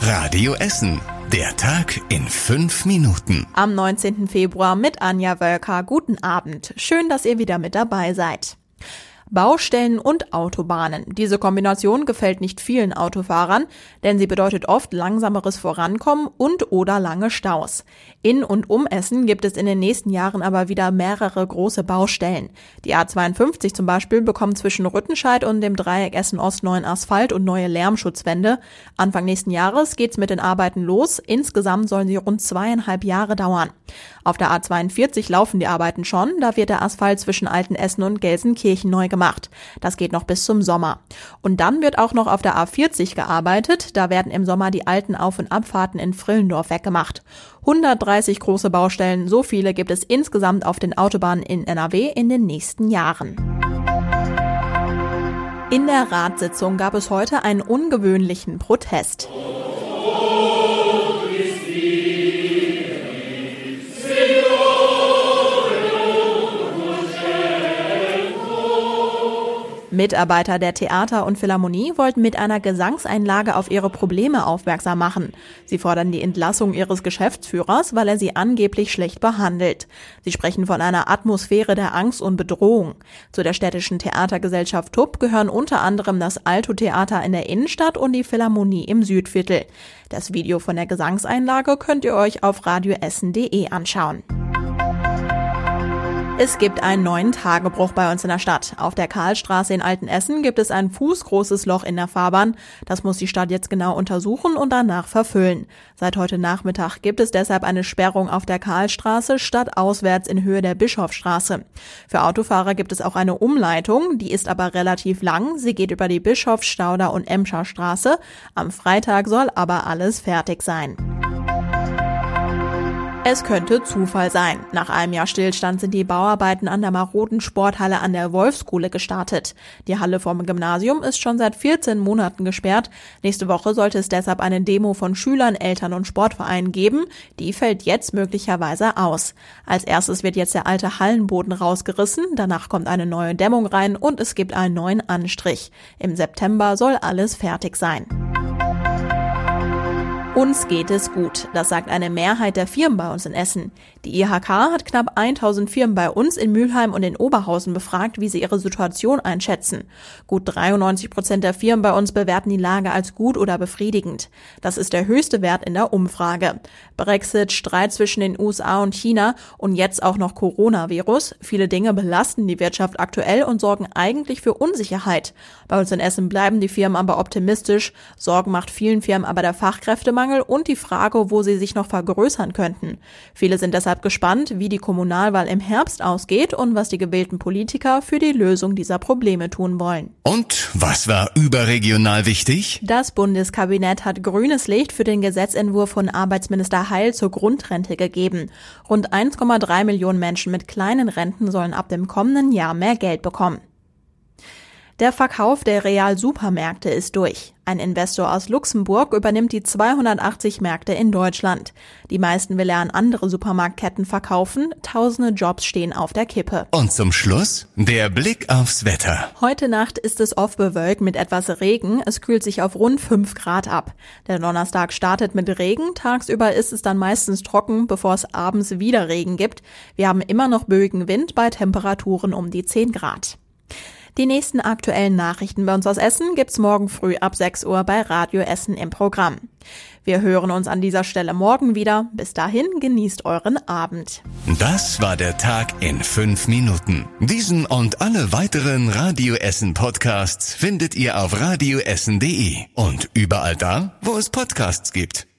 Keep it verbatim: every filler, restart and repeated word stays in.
Radio Essen. Der Tag in fünf Minuten. Am neunzehnten Februar mit Anja Wölker. Guten Abend. Schön, dass ihr wieder mit dabei seid. Baustellen und Autobahnen. Diese Kombination gefällt nicht vielen Autofahrern, denn sie bedeutet oft langsameres Vorankommen und oder lange Staus. In und um Essen gibt es in den nächsten Jahren aber wieder mehrere große Baustellen. Die A zweiundfünfzig zum Beispiel bekommt zwischen Rüttenscheid und dem Dreieck Essen-Ost neuen Asphalt und neue Lärmschutzwände. Anfang nächsten Jahres geht's mit den Arbeiten los. Insgesamt sollen sie rund zweieinhalb Jahre dauern. Auf der A zweiundvierzig laufen die Arbeiten schon, da wird der Asphalt zwischen Altenessen und Gelsenkirchen neu gemacht. Das geht noch bis zum Sommer. Und dann wird auch noch auf der A vierzig gearbeitet. Da werden im Sommer die alten Auf- und Abfahrten in Frillendorf weggemacht. hundertdreißig große Baustellen, so viele gibt es insgesamt auf den Autobahnen in N R W in den nächsten Jahren. In der Ratssitzung gab es heute einen ungewöhnlichen Protest. Mitarbeiter der Theater und Philharmonie wollten mit einer Gesangseinlage auf ihre Probleme aufmerksam machen. Sie fordern die Entlassung ihres Geschäftsführers, weil er sie angeblich schlecht behandelt. Sie sprechen von einer Atmosphäre der Angst und Bedrohung. Zu der städtischen Theatergesellschaft T U B gehören unter anderem das Alto-Theater in der Innenstadt und die Philharmonie im Südviertel. Das Video von der Gesangseinlage könnt ihr euch auf radioessen punkt de anschauen. Es gibt einen neuen Tagebruch bei uns in der Stadt. Auf der Karlstraße in Altenessen gibt es ein fußgroßes Loch in der Fahrbahn. Das muss die Stadt jetzt genau untersuchen und danach verfüllen. Seit heute Nachmittag gibt es deshalb eine Sperrung auf der Karlstraße stadtauswärts in Höhe der Bischofsstraße. Für Autofahrer gibt es auch eine Umleitung, die ist aber relativ lang. Sie geht über die Bischofs-, Stauder- und Emscher Straße. Am Freitag soll aber alles fertig sein. Es könnte Zufall sein. Nach einem Jahr Stillstand sind die Bauarbeiten an der maroden Sporthalle an der Wolfskuhle gestartet. Die Halle vom Gymnasium ist schon seit vierzehn Monaten gesperrt. Nächste Woche sollte es deshalb eine Demo von Schülern, Eltern und Sportvereinen geben. Die fällt jetzt möglicherweise aus. Als erstes wird jetzt der alte Hallenboden rausgerissen, danach kommt eine neue Dämmung rein und es gibt einen neuen Anstrich. Im September soll alles fertig sein. Uns geht es gut, das sagt eine Mehrheit der Firmen bei uns in Essen. Die I H K hat knapp tausend Firmen bei uns in Mülheim und in Oberhausen befragt, wie sie ihre Situation einschätzen. Gut dreiundneunzig Prozent der Firmen bei uns bewerten die Lage als gut oder befriedigend. Das ist der höchste Wert in der Umfrage. Brexit, Streit zwischen den U S A und China und jetzt auch noch Coronavirus. Viele Dinge belasten die Wirtschaft aktuell und sorgen eigentlich für Unsicherheit. Bei uns in Essen bleiben die Firmen aber optimistisch. Sorgen macht vielen Firmen aber der Fachkräftemangel und die Frage, wo sie sich noch vergrößern könnten. Viele sind deshalb gespannt, wie die Kommunalwahl im Herbst ausgeht und was die gewählten Politiker für die Lösung dieser Probleme tun wollen. Und was war überregional wichtig? Das Bundeskabinett hat grünes Licht für den Gesetzentwurf von Arbeitsminister Heil zur Grundrente gegeben. Rund eins Komma drei Millionen Menschen mit kleinen Renten sollen ab dem kommenden Jahr mehr Geld bekommen. Der Verkauf der Real-Supermärkte ist durch. Ein Investor aus Luxemburg übernimmt die zweihundertachtzig Märkte in Deutschland. Die meisten will er an andere Supermarktketten verkaufen. Tausende Jobs stehen auf der Kippe. Und zum Schluss der Blick aufs Wetter. Heute Nacht ist es oft bewölkt mit etwas Regen. Es kühlt sich auf rund fünf Grad ab. Der Donnerstag startet mit Regen. Tagsüber ist es dann meistens trocken, bevor es abends wieder Regen gibt. Wir haben immer noch böigen Wind bei Temperaturen um die zehn Grad. Die nächsten aktuellen Nachrichten bei uns aus Essen gibt's morgen früh ab sechs Uhr bei Radio Essen im Programm. Wir hören uns an dieser Stelle morgen wieder. Bis dahin genießt euren Abend. Das war der Tag in fünf Minuten. Diesen und alle weiteren Radio Essen Podcasts findet ihr auf radioessen punkt de und überall da, wo es Podcasts gibt.